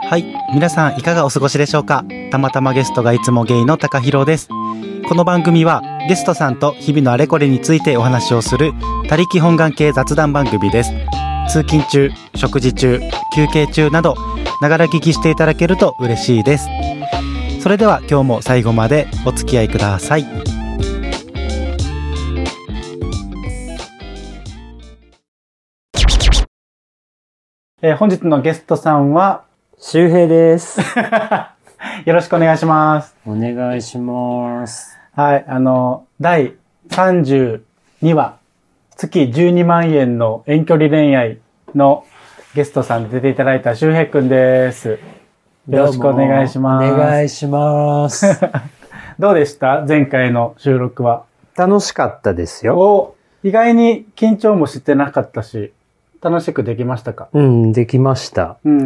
はい、皆さんいかがお過ごしでしょうか。たまたまゲストがいつもゲイの高弘です。この番組はゲストさんと日々のあれこれについてお話をする他力本願系雑談番組です。通勤中、食事中、休憩中などながら聞きしていただけると嬉しいです。それでは今日も最後までお付き合いください。本日のゲストさんは周平です。 よろしくお願いします。 お願いします。 はい、第32話、月12万円の遠距離恋愛のゲストさんで出ていただいた周平くんです。よろしくお願いします。 お願いします。 どうでした前回の収録は。 楽しかったですよ。 意外に緊張もしてなかったし、楽しくできましたか？ うん、できました。 うん。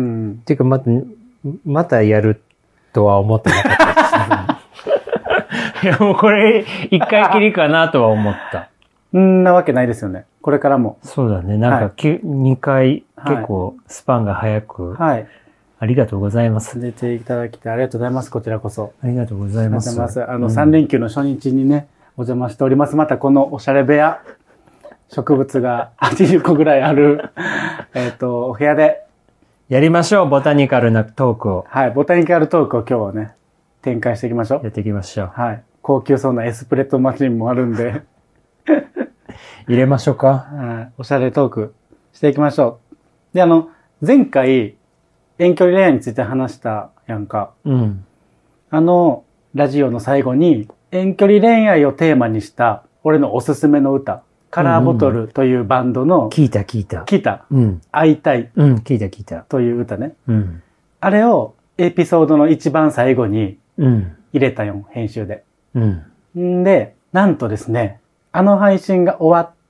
ていうか、またやるとは思ってなかったです。いや、もうこれ、一回きりかなとは思った。 んなわけないですよね。これからも。 そうだね。なんか、2回、結構、スパンが早く。はい。ありがとうございます。 出ていただきてありがとうございます。こちらこそ。 ありがとうございます。 3連休の初日にね、お邪魔しております。またこのおしゃれ部屋。植物が80個ぐらいある、お部屋で。 やりましょう、ボタニカルなトークを。 はい、ボタニカルトークを今日はね、展開していきましょう。 やっていきましょう。 はい。高級そうなエスプレッソマシンもあるんで。 入れましょうか。 はい。おしゃれトークしていきましょう。で、前回、遠距離恋愛について話したやんか。 うん。 ラジオの最後に、遠距離恋愛をテーマにした、俺のおすすめの歌。カラーボトルというバンドの、 聞いた。 うん。会いたい。 うん、聞いた。 という歌ね。 うん。 あれをエピソードの一番最後に入れたよ、編集で。 うん。 んで、なんとですね、配信が終わって、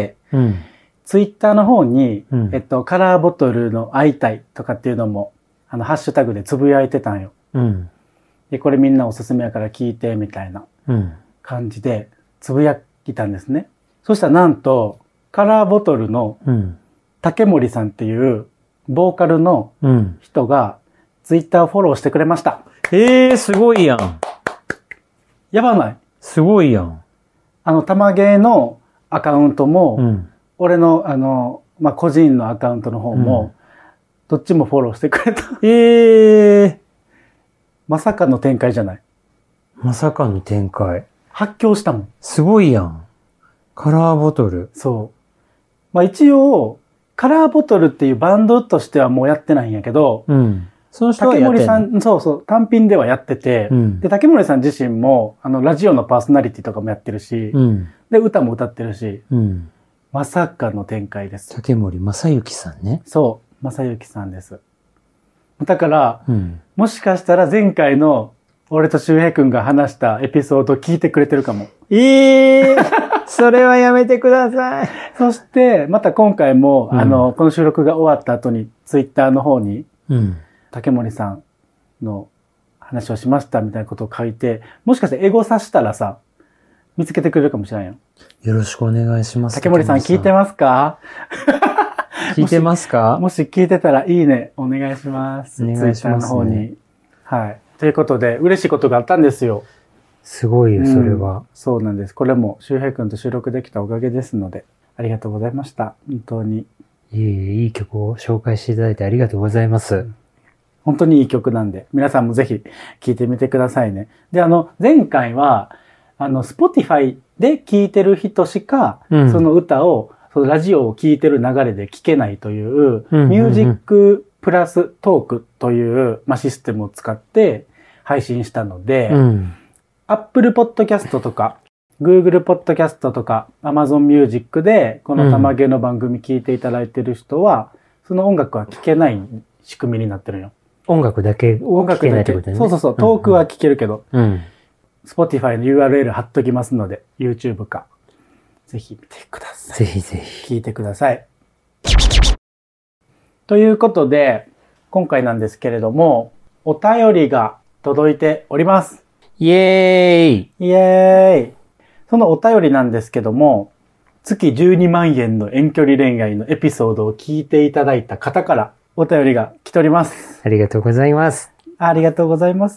うん。 ツイッターの方に、 うん、 カラーボトルの会いたいとかっていうのも、ハッシュタグでつぶやいてたんよ。 うん。 で、これみんなおすすめやから聞いて、みたいな感じでつぶやいたんですね。そしたらなんと、カラーボトルの竹森さんっていうボーカルの人がツイッターフォローしてくれました。 すごいやん。 やばない？ すごいやん。 玉芸のアカウントも、俺の個人のアカウントの方も、どっちもフォローしてくれた。まさかの展開じゃない？ まさかの展開。 発狂したもん。 すごいやん。カラーボトル。 そう。一応、カラーボトルっていうバンドとしてはもうやってないんやけど、 その人はやってんの？ 竹森さん、そう、単品ではやってて、で、竹森さん自身も、ラジオのパーソナリティとかもやってるし、で、歌も歌ってるし、まさかの展開です。 竹森正幸さんね。 そう、正幸さんです。だから、もしかしたら前回の俺と周平くんが話したエピソードを聞いてくれてるかも。 それはやめてください。 そして、また今回も、この収録が終わった後に、ツイッターの方に、竹森さんの話をしましたみたいなことを書いて、もしかしてエゴさしたらさ、見つけてくれるかもしれないよ。 よろしくお願いします。 竹森さん聞いてますか？ 聞いてますか？ もし聞いてたらいいね、お願いします。 お願いします、ね。 ツイッターの方に。はい。ということで、嬉しいことがあったんですよ。 すごいよ、それは。 そうなんです。これも周平くんと収録できたおかげですので、ありがとうございました。本当に。 いい曲を紹介していただいてありがとうございます。 本当にいい曲なんで、皆さんもぜひ聴いてみてくださいね。で、前回は、Spotify で聴いてる人しか、その歌を、そのラジオを聴いてる流れで聴けないという、ミュージックプラストークという、システムを使って配信したので、Apple Podcast とか、Google Podcast とか、Amazon Music で、この玉芸の番組聞いていただいている人は、その音楽は聴けない仕組みになってるよ。 音楽だけ聴けないってことね。 そう、トークは聴けるけど、Spotify の URL 貼っときますので、YouTube か。ぜひ見てください。 ぜひぜひ。 聞いてください。ということで、今回なんですけれども、お便りが届いております。 イエーイ！ イエーイ！そのお便りなんですけども、月12万円の遠距離恋愛のエピソードを聞いていただいた方からお便りが来ております。 ありがとうございます。 ありがとうございます。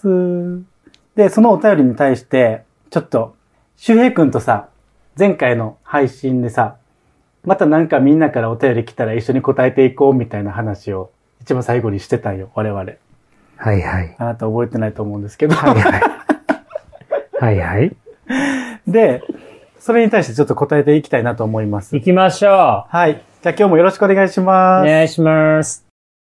で、そのお便りに対して、ちょっと、周平くんとさ、前回の配信でさ、またなんかみんなからお便り来たら一緒に答えていこうみたいな話を一番最後にしてたんよ、我々。 はいはい。 あなた覚えてないと思うんですけど。 はいはい。はいはい。 で、それに対してちょっと答えていきたいなと思います。 行きましょう。はい。じゃあ今日もよろしくお願いします。 お願いします。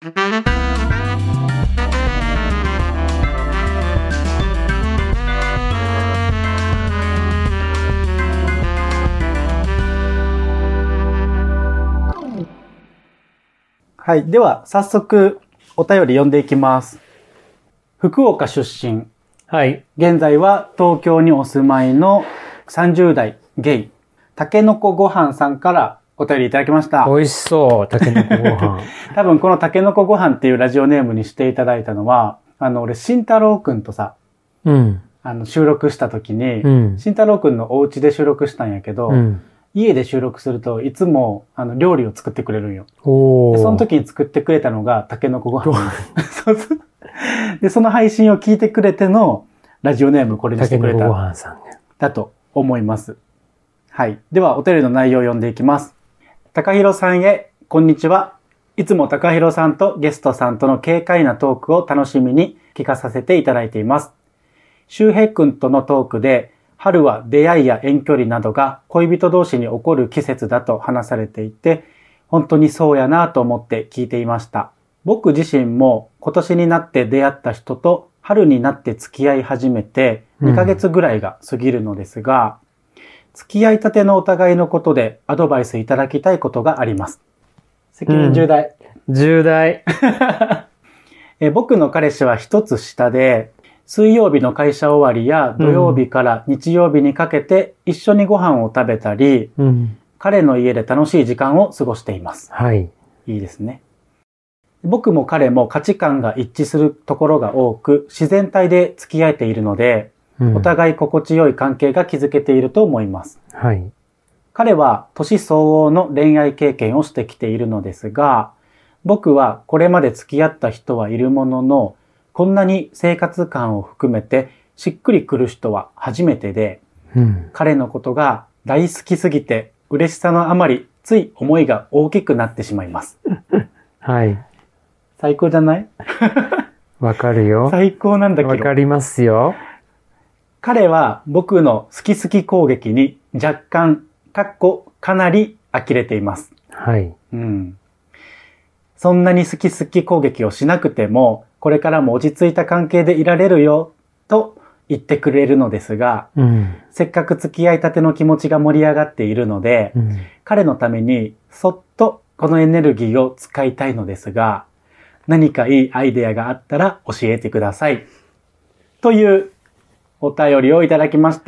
はい。では、早速、お便り読んでいきます。福岡出身。 はい。 現在は東京にお住まいの30代ゲイ、たけのこごはんさんからお便りいただきました。 美味しそう、たけのこごはん。 多分このたけのこごはんっていうラジオネームにしていただいたのは、俺、慎太郎くんとさ、 うん。 収録した時に、慎太郎くんのお家で収録したんやけど、家で収録するといつも料理を作ってくれるんよ。でその時に作ってくれたのがたけのこごはん。で、その配信を聞いてくれてのラジオネームこれにしてくれた。 たけのこごはんさんね。 だと思います。はい。では、お便りの内容を読んでいきます。高弘さんへ、こんにちは。いつも高弘さんとゲストさんとの軽快なトークを楽しみに聞かさせていただいています。周平くんとのトークで、春は出会いや遠距離などが恋人同士に起こる季節だと話されていて、本当にそうやなと思って聞いていました。僕自身も今年になって出会った人と春になって付き合い始めて2ヶ月ぐらいが過ぎるのですが、付き合いたてのお互いのことでアドバイスいただきたいことがあります。責任重大。 重大。 僕の彼氏は一つ下で、水曜日の会社終わりや土曜日から日曜日にかけて一緒にご飯を食べたり、彼の家で楽しい時間を過ごしています。 はい。 いいですね。僕も彼も価値観が一致するところが多く、自然体で付き合えているので、お互い心地よい関係が築けていると思います。 はい。 彼は年相応の恋愛経験をしてきているのですが、僕はこれまで付き合った人はいるものの、こんなに生活感を含めてしっくりくる人は初めてで、彼のことが大好きすぎて嬉しさのあまりつい思いが大きくなってしまいます。 はい。 最高じゃない？ わかるよ。 最高なんだけど。 わかりますよ。 彼は僕の好き好き攻撃に若干、かなり呆れています。 はい。 そんなに好き好き攻撃をしなくても、これからも落ち着いた関係でいられるよ、と言ってくれるのですが、せっかく付き合いたての気持ちが盛り上がっているので、彼のためにそっとこのエネルギーを使いたいのですが、何かいいアイデアがあったら教えてください。というお便りをいただきました。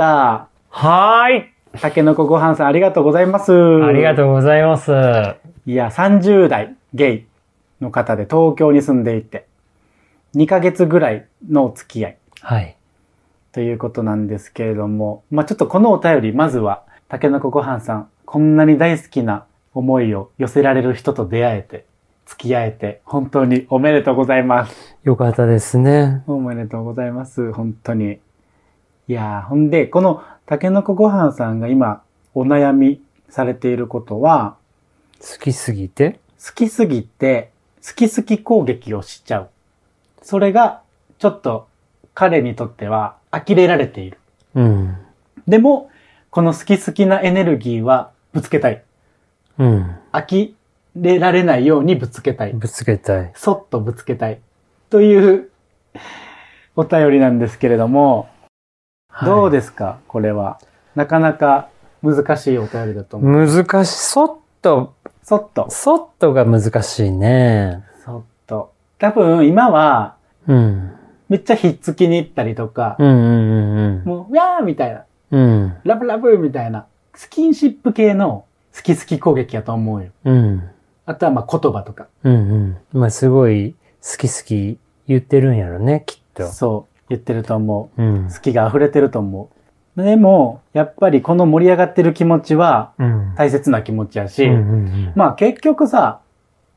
はーい。 たけのこごはんさんありがとうございます。 ありがとうございます。 いや、30代ゲイの方で東京に住んでいて、2ヶ月ぐらいのお付き合い。 はい。 ということなんですけれども、ちょっとこのお便り、まずは、たけのこごはんさん、こんなに大好きな思いを寄せられる人と出会えて、付き合えて、本当におめでとうございます。 よかったですね。 おめでとうございます。本当に。いやー、ほんで、このたけのこごはんさんが今、お悩みされていることは、 好きすぎて好きすぎて、好き好き攻撃をしちゃう。それが、ちょっと、彼にとっては、呆れられている。でも、この好き好きなエネルギーは、ぶつけたい。呆れられないようにぶつけたい。 ぶつけたい。 そっとぶつけたい。という、お便りなんですけれども、どうですかこれは。なかなか難しいお便りだと思う。 難しい。そっとが難しいね。 そっと。多分今は、めっちゃひっつきに行ったりとか、もう、ウャーみたいな、ラブラブみたいな、スキンシップ系の好き好き攻撃やと思うよ。あとは言葉とか。 すごい好き好き言ってるんやろね、きっと。 そう、言ってると思う。好きが溢れてると思う。でも、やっぱりこの盛り上がってる気持ちは、大切な気持ちやし、結局さ、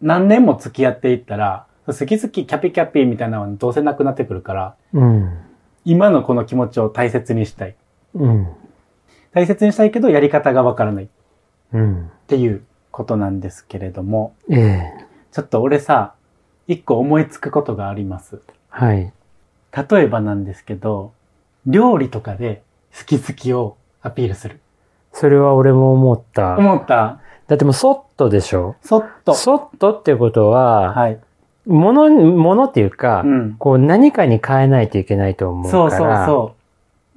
何年も付き合っていったら、好き好きキャピキャピみたいなのはどうせなくなってくるから、 うん。 今のこの気持ちを大切にしたい。 うん。 大切にしたいけど、やり方がわからない。 うん。 っていうことなんですけれども。 ええ。 ちょっと俺さ、一個思いつくことがあります。 はい。 例えばなんですけど、料理とかで好き好きをアピールする。 それは俺も思った。 思った？ だってもうそっとでしょ？ そっと。 そっとってことは、 はい。 ものっていうか、 うん、 こう何かに変えないといけないと思うから。 そう。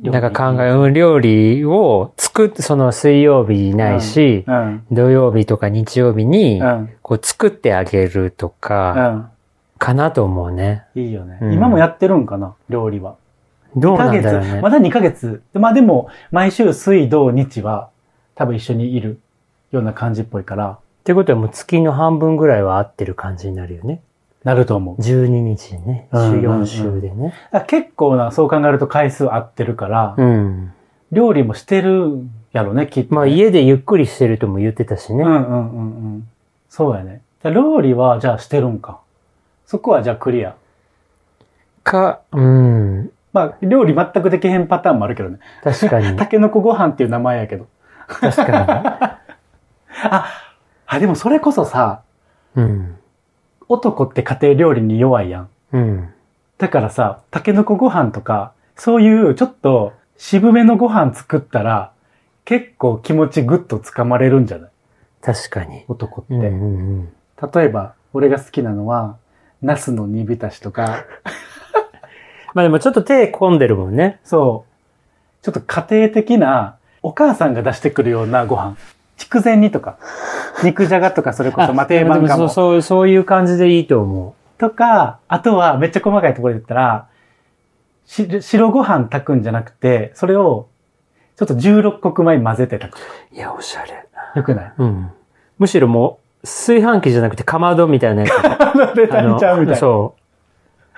なんか考え、料理をその水曜日ないし、土曜日とか日曜日に、こう作ってあげるとか、かなと思うね。 いいよね。今もやってるんかな、料理は。 どうなんだろうね。 まだ2ヶ月。まあでも、毎週水土日は多分一緒にいるような感じっぽいから。 ってことはもう月の半分ぐらいは合ってる感じになるよね。 なると思う。 12日ね。4週でね。 結構な、そう考えると回数合ってるから、料理もしてるやろね、きっと、ね。 まあ家でゆっくりしてるとも言ってたしね。 そうやね。料理はじゃあしてるんか。そこはじゃあクリア。まあ料理全くできへんパターンもあるけどね。 確かに。 タケノコご飯っていう名前やけど。 確かに。でもそれこそさ、男って家庭料理に弱いやん。だからさ、タケノコご飯とか、そういうちょっと渋めのご飯作ったら、結構気持ちぐっとつかまれるんじゃない？ 確かに。 男って。例えば、俺が好きなのは、ナスの煮浸しとか。 まあでもちょっと手込んでるもんね。 そう。ちょっと家庭的な、お母さんが出してくるようなご飯。筑前煮とか。肉じゃがとかそれこそ、定番かも。 そういう感じでいいと思う。とか、あとはめっちゃ細かいところで言ったら、白ご飯炊くんじゃなくて、それを、ちょっと16穀米混ぜて炊く。 いや、おしゃれ。 よくない？ むしろもう、炊飯器じゃなくてかまどみたいなやつ。 かまどで炊いちゃうみたいな。 そう。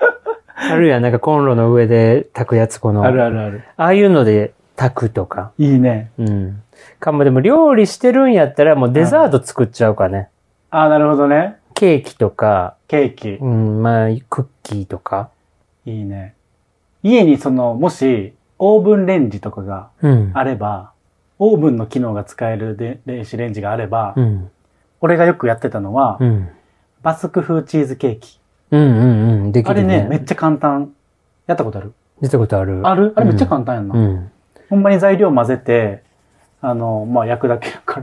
あるいはなんかコンロの上で炊くやつ、 あるあるある。 ああいうので炊くとか。 いいね。 でも料理してるんやったらもうデザート作っちゃうかね。 なるほどね。 ケーキとか。 ケーキ。 まあ、クッキーとか。 いいね。家にもし、オーブンレンジとかがあれば、オーブンの機能が使える電子レンジがあれば、俺がよくやってたのは、バスク風チーズケーキ。 できるね。 あれね、めっちゃ簡単。やったことある？ やったことある。 あれめっちゃ簡単やんな。ほんまに材料混ぜて、まあ、焼くだけやから、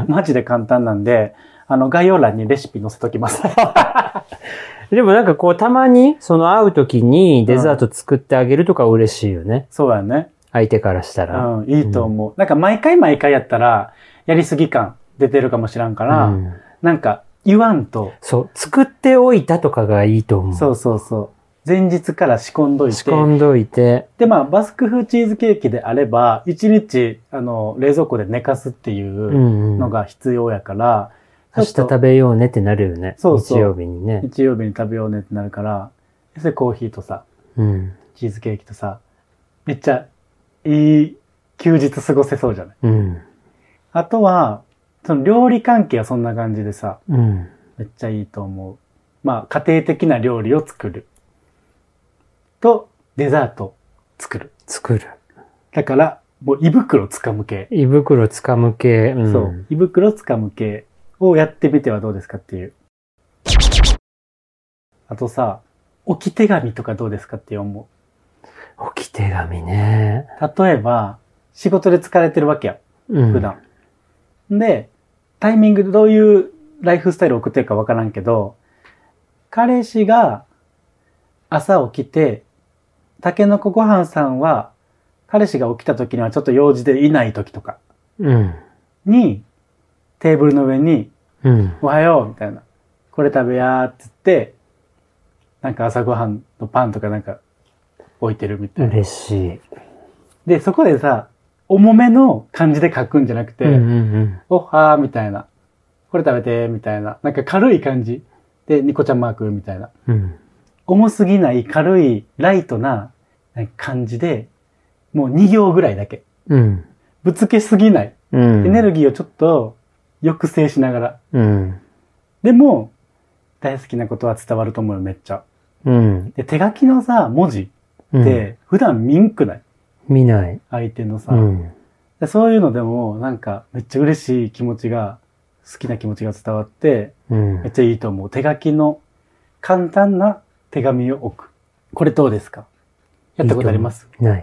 マジで簡単なんで、概要欄にレシピ載せときます。 でもなんかこう、たまに、会う時にデザート作ってあげるとか嬉しいよね。 そうやね。 相手からしたら。 いいと思う。なんか毎回やったら、やりすぎ感出てるかもしらんから、なんか言わんと。 そう、作っておいたとかがいいと思う。 そう。前日から仕込んどいて。で、まあ、バスク風チーズケーキであれば、1日、冷蔵庫で寝かすっていうのが必要やから、 明日食べようねってなるよね。 そう。 日曜日にね。 日曜日に食べようねってなるから、それコーヒーとさ、チーズケーキとさ、めっちゃいい休日過ごせそうじゃない？あとは、料理関係はそんな感じでさ、めっちゃいいと思う。まあ、家庭的な料理を作る。と、デザート作る。だから、もう胃袋つかむ系。 胃袋つかむ系。 そう。胃袋つかむ系をやってみてはどうですかっていう。あとさ、置き手紙とかどうですかって思う。 置き手紙ね。 例えば、仕事で疲れてるわけや。普段。で、タイミングでどういうライフスタイルを送ってるかわからんけど、彼氏が朝起きて、タケノコご飯さんは、彼氏が起きた時にはちょっと用事でいない時とかに、テーブルの上に、おはようみたいな。これ食べやーって言って、なんか朝ごはんのパンとかなんか置いてるみたいな。 嬉しい。 で、そこでさ、重めの感じで書くんじゃなくて、おはーみたいな。これ食べてみたいな。なんか軽い感じ。で、ニコちゃんマークみたいな。重すぎない軽いライトな感じで、もう2行ぐらいだけ。ぶつけすぎない。エネルギーをちょっと抑制しながら。でも、 大好きなことは伝わると思うよ、めっちゃ。 うん。 で、手書きのさ、文字って、普段見んくない？ 見ない。 相手のさ。でそういうのでも、なんか、めっちゃ嬉しい気持ちが、好きな気持ちが伝わって、めっちゃいいと思う。手書きの簡単な手紙を置く。これどうですか？やったことあります？ ない。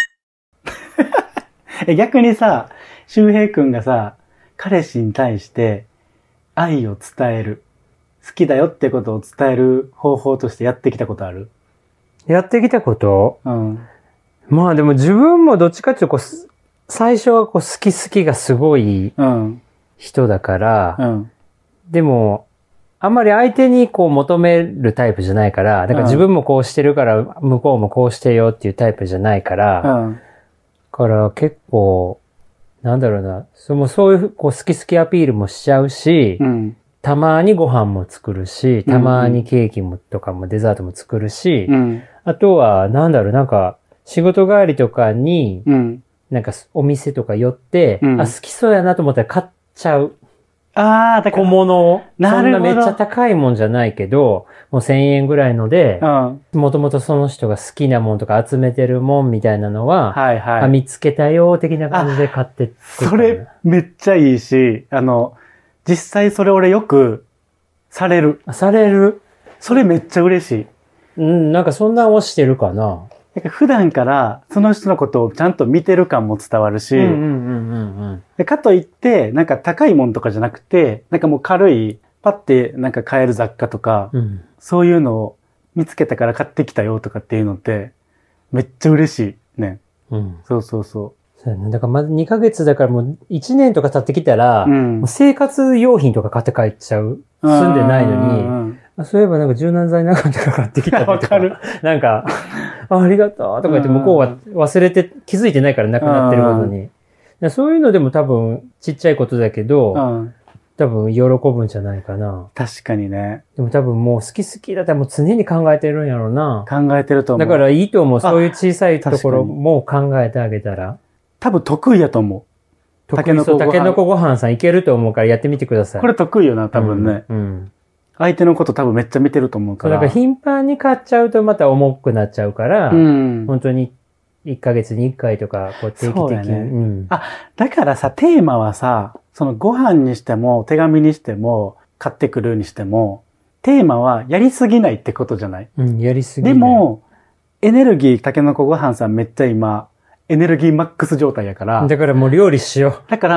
逆にさ、周平くんがさ、彼氏に対して愛を伝える。好きだよってことを伝える方法としてやってきたことある？ やってきたこと？ うん。 まあでも自分もどっちかっていうと最初は好き好きがすごい人だから、うん、でも、あんまり相手に求めるタイプじゃないから、だから自分もこうしてるから向こうもこうしてよっていうタイプじゃないから、だから結構、なんだろうな、そういう好き好きアピールもしちゃうし、たまにご飯も作るし、たまにケーキもとかもデザートも作るし、あとは、なんか、仕事帰りとかに、なんかお店とか寄って、好きそうやなと思ったら買っちゃう。 だから小物を。そんなめっちゃ高いもんじゃないけど、もう1000円ぐらいので、もともとその人が好きなもんとか集めてるもんみたいなのは、見つけたよ的な感じで買ってって。 それめっちゃいいし、実際それ俺よくされる。 される。 それめっちゃ嬉しい。 なんかそんな押してるかな。 普段からその人のことをちゃんと見てる感も伝わるし、かといって、なんか高いもんとかじゃなくて、なんかもう軽い、パッてなんか買える雑貨とか、そういうのを見つけたから買ってきたよとかっていうのって、めっちゃ嬉しいね。そうそうそう。 そうやね。だからまだ2ヶ月だからもう1年とか経ってきたら、もう生活用品とか買って帰っちゃう。住んでないのに、そういえばなんか柔軟剤なかったから買ってきたとか、なんか、ありがとうとか言って向こうは忘れて、気づいてないからなくなってることに。そういうのでも多分ちっちゃいことだけど、多分喜ぶんじゃないかな。 確かにね。 でも多分もう好き好きだったらもう常に考えてるんやろうな。 考えてると思う。 だからいいと思う。そういう小さいところも考えてあげたら。 多分得意やと思う。 たけのこご飯さんいけると思うからやってみてください。 これ得意よな、多分ね。相手のこと多分めっちゃ見てると思うから。 だから頻繁に買っちゃうとまた重くなっちゃうから、本当に1ヶ月に1回とか、定期的に。 だからさ、テーマはさ、そのご飯にしても、手紙にしても、買ってくるにしても、テーマはやりすぎないってことじゃない？ やりすぎない。 でも、エネルギー、たけのこご飯さんめっちゃ今、エネルギーマックス状態やから。 だからもう料理しよう。 だから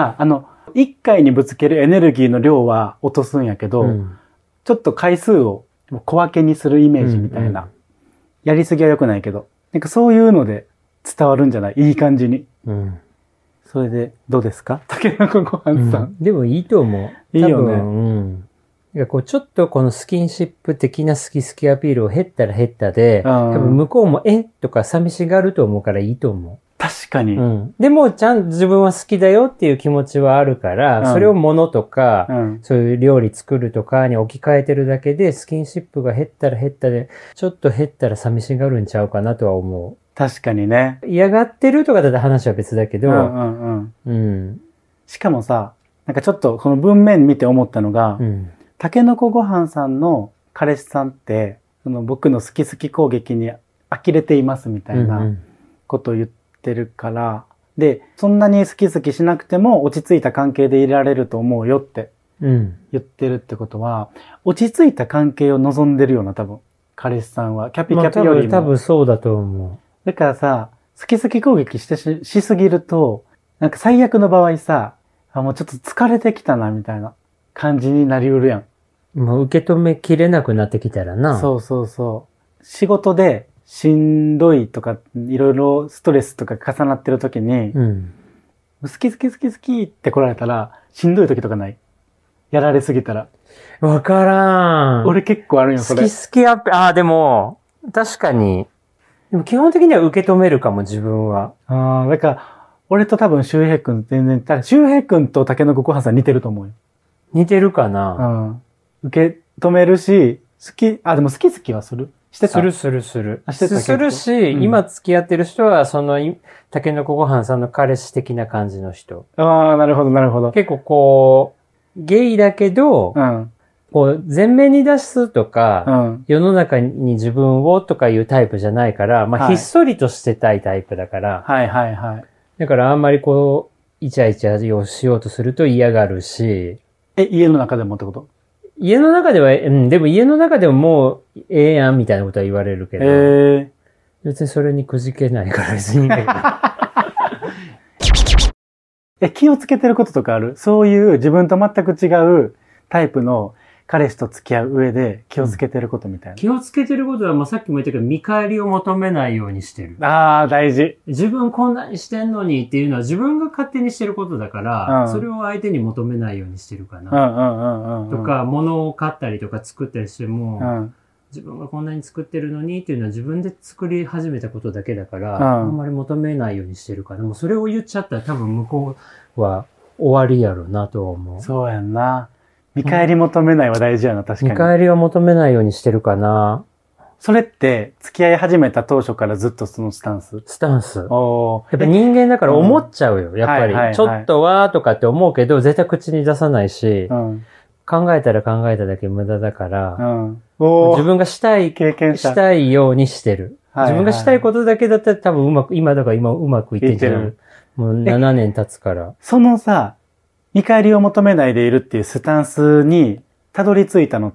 、1回にぶつけるエネルギーの量は落とすんやけど、ちょっと回数を小分けにするイメージみたいな。やりすぎは良くないけど。なんかそういうので伝わるんじゃない？いい感じに。それで、どうですか？たけのこご飯さん。 でもいいと思う。 いいよね。 ちょっとこのスキンシップ的な好き好きアピールを減ったら減ったで、多分向こうもとか寂しがると思うからいいと思う。 確かに。 でも、ちゃんと自分は好きだよっていう気持ちはあるから、それを物とか、そういう料理作るとかに置き換えてるだけで、スキンシップが減ったら減ったで、ちょっと減ったら寂しがるんちゃうかなとは思う。 確かにね。 嫌がってるとかだったら話は別だけど、 しかもさ、なんかちょっとこの文面見て思ったのが、たけのこご飯さんの彼氏さんって、僕の好き好き攻撃に呆れていますみたいなことを言ってるから、で、そんなに好き好きしなくても落ち着いた関係でいられると思うよって言ってるってことは、落ち着いた関係を望んでるような、多分、彼氏さんは。キャピキャピよりも。 多分そうだと思う。 だからさ、好き好き攻撃しすぎると、なんか最悪の場合さ、もうちょっと疲れてきたな、みたいな感じになりうるやん。 もう受け止めきれなくなってきたらな。 そうそうそう。仕事でしんどいとか、いろいろストレスとか重なってる時に、好き好き好き好きって来られたら、しんどい時とかない？やられすぎたら。 わからん。 俺結構あるよ、それ。 好き好きでも、確かに。でも基本的には受け止めるかも、自分は。 だから、俺と多分周平くん全然、周平くんとたけのこご飯さん似てると思うよ。 似てるかな？ 受け止めるし、でも好き好きはする？してた？する。 するし、今付き合ってる人は、たけのこご飯さんの彼氏的な感じの人。 なるほど、なるほど。 結構こう、ゲイだけど、 こう、前面に出すとか、世の中に自分をとかいうタイプじゃないから、まあ、ひっそりとしてたいタイプだから、 はいはいはい。 だからあんまりこう、イチャイチャをしようとすると嫌がるし。 家の中でもってこと？ 家の中では、でも家の中でももうええやんみたいなことは言われるけど、別にそれにくじけないから別にいいんだけど。気をつけてることとかある？そういう自分と全く違うタイプの彼氏と付き合う上で気をつけてることみたいな。 気をつけてることは、まあ、さっきも言ったけど、見返りを求めないようにしてる。 ああ、大事。 自分こんなにしてんのにっていうのは自分が勝手にしてることだから、それを相手に求めないようにしてるかな。とか、物を買ったりとか作ったりしても、自分がこんなに作ってるのにっていうのは自分で作り始めたことだけだから、あんまり求めないようにしてるから、もうそれを言っちゃったら多分向こうは終わりやろうなと思う。 そうやんな。見返り求めないは大事やな、確かに。 見返りは求めないようにしてるかな。 それって、付き合い始めた当初からずっとそのスタンス？ スタンス。やっぱ人間だから思っちゃうよ、やっぱり。ちょっとはとかって思うけど、絶対口に出さないし、考えたら考えただけ無駄だから、自分がしたいようにしてる。自分がしたいことだけだったら多分今うまくいってんじゃん。もう7年経つから。 そのさ、見返りを求めないでいるっていうスタンスにたどり着いたのって、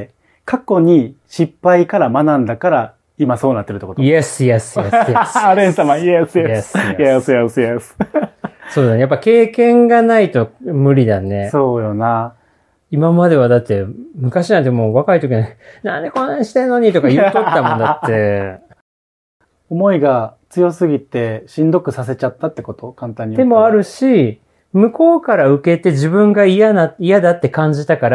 過去に失敗から学んだから今そうなってるってこと？ Yes, yes, yes, yes. アレン様、Yes, yes, yes, yes, yes. そうだね。やっぱ経験がないと無理だね。 そうよな。 今まではだって、昔なんてもう若い時に、なんでこんなにしてんのにとか言っとったもんだって。 思いが強すぎてしんどくさせちゃったってこと？簡単に言ったら。でもあるし、向こうから受けて自分が嫌だって感じたから、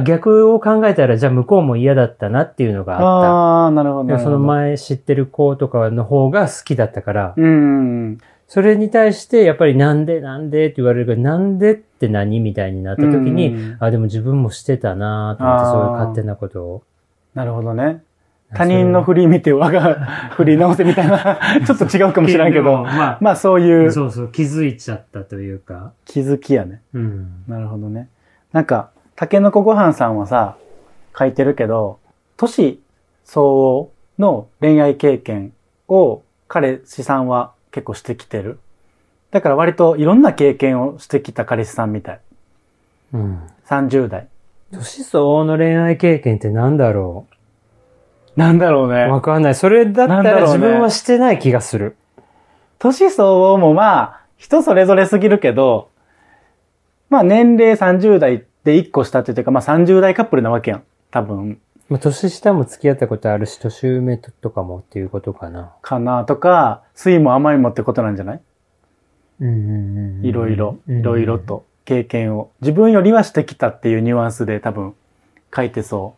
逆を考えたらじゃあ向こうも嫌だったなっていうのがあった。 ああ、なるほど。 その前知ってる子とかの方が好きだったから、それに対してやっぱりなんでって言われるけど、なんでって何みたいになった時に、でも自分もしてたなと思って、そういう勝手なことを。 なるほどね。他人の振り見て我が振り直せみたいな、ちょっと違うかもしれんけど、まあそういう。 そうそう、気づいちゃったというか。 気づきやね。なるほどね。なんか、たけのこごはんさんはさ、書いてるけど、年相応の恋愛経験を彼氏さんは結構してきてる。だから割といろんな経験をしてきた彼氏さんみたい。30代。 年相応の恋愛経験ってなんだろう？ なんだろうね。 わかんない。それだったら自分はしてない気がする。 年相応もまあ、人それぞれすぎるけど、まあ年齢30代で1個下っていうか、まあ30代カップルなわけやん。多分。 まあ年下も付き合ったことあるし、年上とかもっていうことかな。 かなとか、酸いも甘いもってことなんじゃない？いろいろと経験を。自分よりはしてきたっていうニュアンスで多分書いてそう。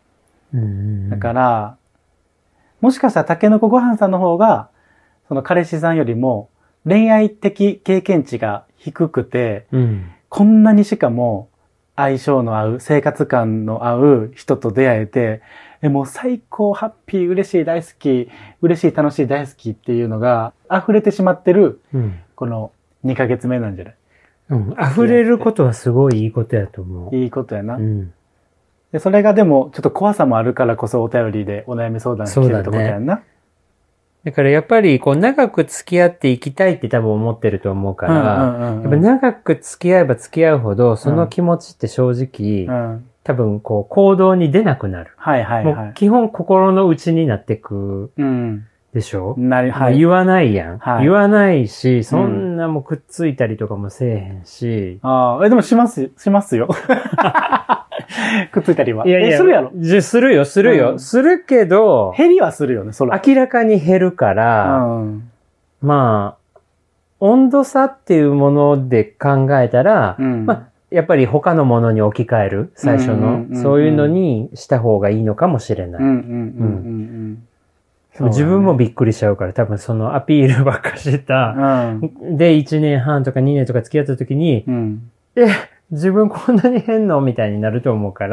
だから、もしかしたらたけのこごはんさんの方が、その彼氏さんよりも恋愛的経験値が低くて、こんなにしかも相性の合う、生活感の合う人と出会えて、もう最高、ハッピー、嬉しい、大好き、嬉しい、楽しい、大好きっていうのが溢れてしまってる、この2ヶ月目なんじゃない？ 溢れることはすごいいいことやと思う。 いいことやな。でそれがでも、ちょっと怖さもあるからこそお便りでお悩み相談聞けるところやんな。 だからやっぱり、こう、長く付き合っていきたいって多分思ってると思うから、やっぱ長く付き合えば付き合うほど、その気持ちって正直、多分こう、行動に出なくなる。もう基本心の内になってくでしょ？言わないやん。言わないし、そんなもくっついたりとかもせえへんし。 でもしますよ。くっついたりは。 いや、 するやろ？ するよ。するけど、 減りはするよね、それ。 明らかに減るから、まあ、温度差っていうもので考えたら、まあ、やっぱり他のものに置き換える、最初の、そういうのにした方がいいのかもしれない。自分もびっくりしちゃうから、多分そのアピールばっかしてた、で1年半とか2年とか付き合った時に、自分こんなに変のみたいになると思うから、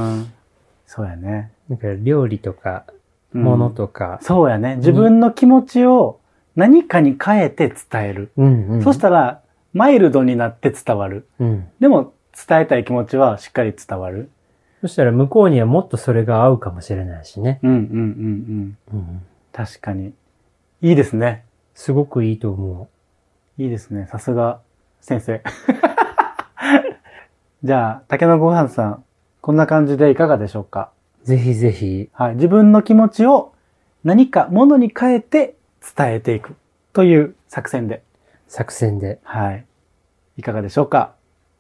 そうやね。 なんか料理とか、物とか、 そうやね。自分の気持ちを何かに変えて伝える。そしたら、マイルドになって伝わる。でも、伝えたい気持ちはしっかり伝わる。 そしたら向こうにはもっとそれが合うかもしれないしね。 確かに。いいですね。 すごくいいと思う。いいですね。さすが先生。じゃあ、竹のごはんさん、こんな感じでいかがでしょうか？ ぜひぜひ。 はい。自分の気持ちを何か物に変えて伝えていくという作戦で。はい。いかがでしょうか？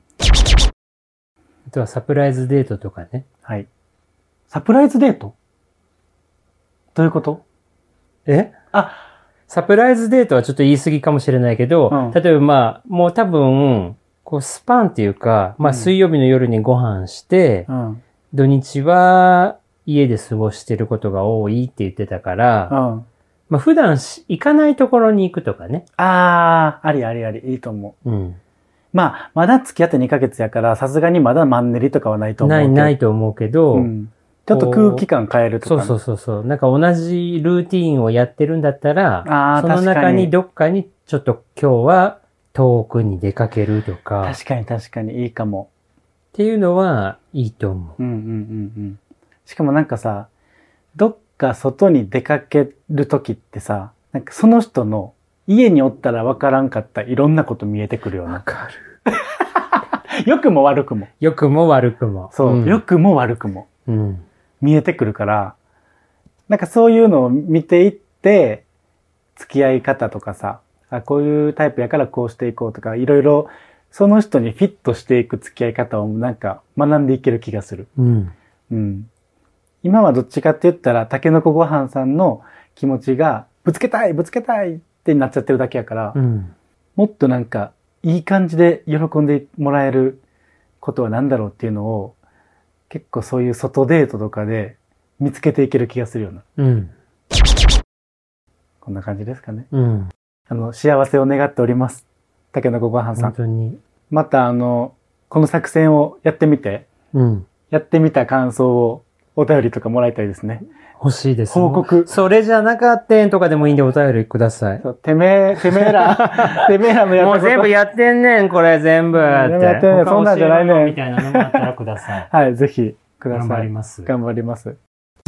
あとはサプライズデートとかね。 はい。サプライズデート？どういうこと？ サプライズデートはちょっと言い過ぎかもしれないけど、例えばもう多分、スパンっていうか、水曜日の夜にご飯して、土日は家で過ごしてることが多いって言ってたから、普段行かないところに行くとかね。 あり、いいと思う。まだ付き合って2ヶ月やから、さすがにまだマンネリとかはないと思うけど。 ないと思うけど、 ちょっと空気感変えるとか、 ね。そう。なんか同じルーティーンをやってるんだったら、その中にどっかにちょっと今日は遠くに出かけるとか。 確かにいいかも。 っていうのはいいと思う。 しかもなんかさ、どっか外に出かけるときってさ、なんかその人の家におったらわからんかったいろんなこと見えてくるよな。 わかる。 良くも悪くも。 良くも悪くも。 そう、良くも悪くも。見えてくるから、なんかそういうのを見ていって、付き合い方とかさ、こういうタイプやからこうしていこうとか、いろいろその人にフィットしていく付き合い方をなんか学んでいける気がする。今はどっちかって言ったら、たけのこごはんさんの気持ちが、ぶつけたいってなっちゃってるだけやから、もっとなんか、いい感じで喜んでもらえることは何だろうっていうのを、結構そういう外デートとかで見つけていける気がするような。こんな感じですかね。幸せを願っております。たけのこごはんさん。 本当に。 またこの作戦をやってみて、やってみた感想をお便りとかもらいたいですね。 欲しいです。 報告。 それじゃなかったんとかでもいいんでお便りください。 てめえらのやつ。 もう全部やってんねん、これ全部って。 やってんねん、そんなんじゃないねん。 みたいなのもあったらください。 はい、ぜひください。 頑張ります。 頑張ります。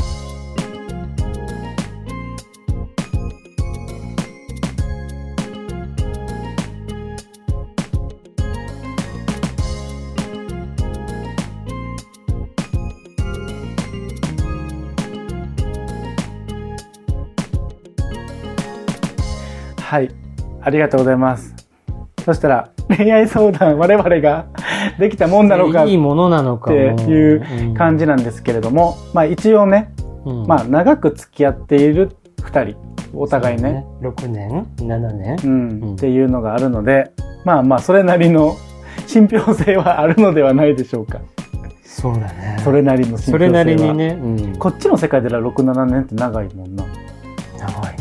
はい。ありがとうございます。そしたら、恋愛相談我々ができたもんなのか。 いいものなのか。 っていう感じなんですけれども、一応ね、長く付き合っている2人、お互いね。 6年 ?7 年、 っていうのがあるので、それなりの信憑性はあるのではないでしょうか。 そうだね。 それなりの信憑性は。 それなりにね。 こっちの世界では6、7年って長いもんな。 長いね。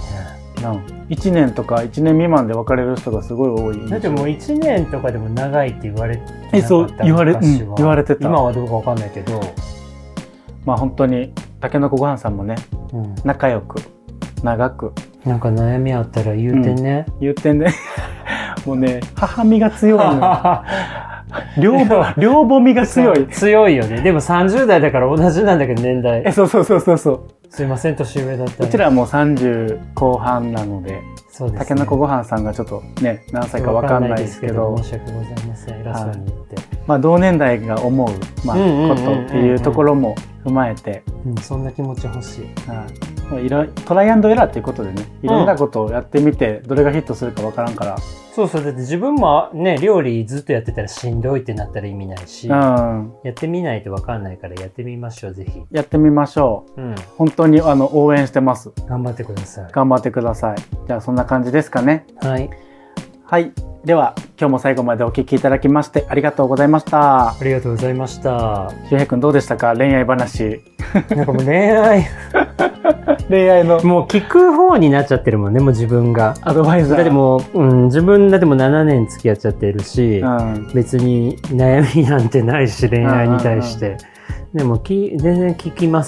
1年とか1年未満で別れる人がすごい多い。 だってもう1年とかでも長いって言われてなかった。 そう言われてた。 今はどうかわかんないけど、 本当にたけのこごはんさんもね、仲良く長く。 なんか悩みあったら言うてね。 言うてね。もうね、母身が強いの。両母身が強い。 強いよね。でも30代だから同じなんだけど、年代。 そう。 すいません、年上だったら。 うちらはもう30後半なので、 そうですね。 たけのこごはんさんがちょっどね、何歳か分かんないですけど。 申し訳ございません。偉そうに言って。 同年代が思う、ことっていうところも踏まえて。 そんな気持ち欲しい。 トライアンドエラーっていうことでね、いろんなことをやってみて、どれがヒットするか分からんから。 そう、だって自分もね、料理ずっとやってたらしんどいってなったら意味ないし、やってみないと分かんないからやってみましょう、ぜひ。 やってみましょう。本当に応援してます。 頑張ってください。 頑張ってください。じゃあそんな感じですかね。 はい。 はい。では、今日も最後までお聞きいただきましてありがとうございました。 ありがとうございました。 周平くんどうでしたか？恋愛話。 なんかもう恋愛の。もう聞く方になっちゃってるもんね、もう自分が。 アドバイザー。 だってもう、自分だってもう7年付き合っちゃってるし、別に悩みなんてないし、恋愛に対して。でも全然聞きます。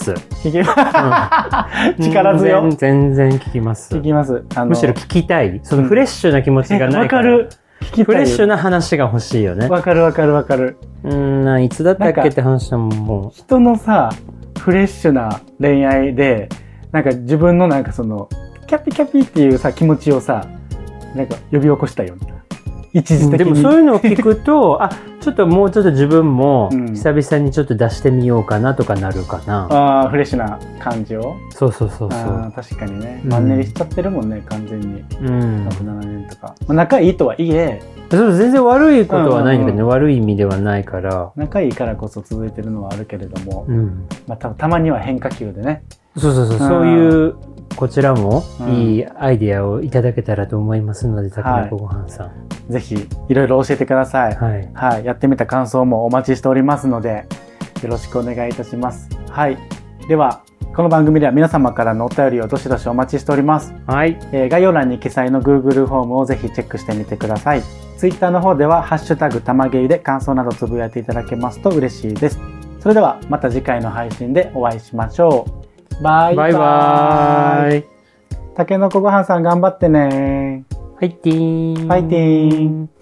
力強い。 全然聞きます。 聞きます。 むしろ聞きたい。そのフレッシュな気持ちがないから。 わかる。 フレッシュな話が欲しいよね。 わかるわかるわかる。 いつだったっけって話だもん、もう。 人のさ、フレッシュな恋愛で、なんか自分のなんかその、キャピキャピっていうさ、気持ちをさ、なんか呼び起こしたよ。一時的に。 でもそういうのを聞くと、ちょっともうちょっと自分も久々にちょっと出してみようかなとかなるかな。 フレッシュな感じを。 そう。 確かにね。マンネリしちゃってるもんね、完全に。7年とか。仲いいとはいえ。 全然悪いことはないんだけどね、悪い意味ではないから。 仲いいからこそ続いてるのはあるけれども、たまには変化球でね。 そういう、こちらもいいアイディアをいただけたらと思いますので、たけのこごはんさん。 ぜひ、いろいろ教えてください。はい。やってみた感想もお待ちしておりますので、よろしくお願いいたします。はい。では、この番組では皆様からのお便りをどしどしお待ちしております。 はい。 概要欄に記載の Google フォームをぜひチェックしてみてください。Twitter の方では、ハッシュタグたまげいで感想などつぶやいていただけますと嬉しいです。それでは、また次回の配信でお会いしましょう。バイバイ。たけのこごはんさん頑張ってね。 ファイティーン。 ファイティーン。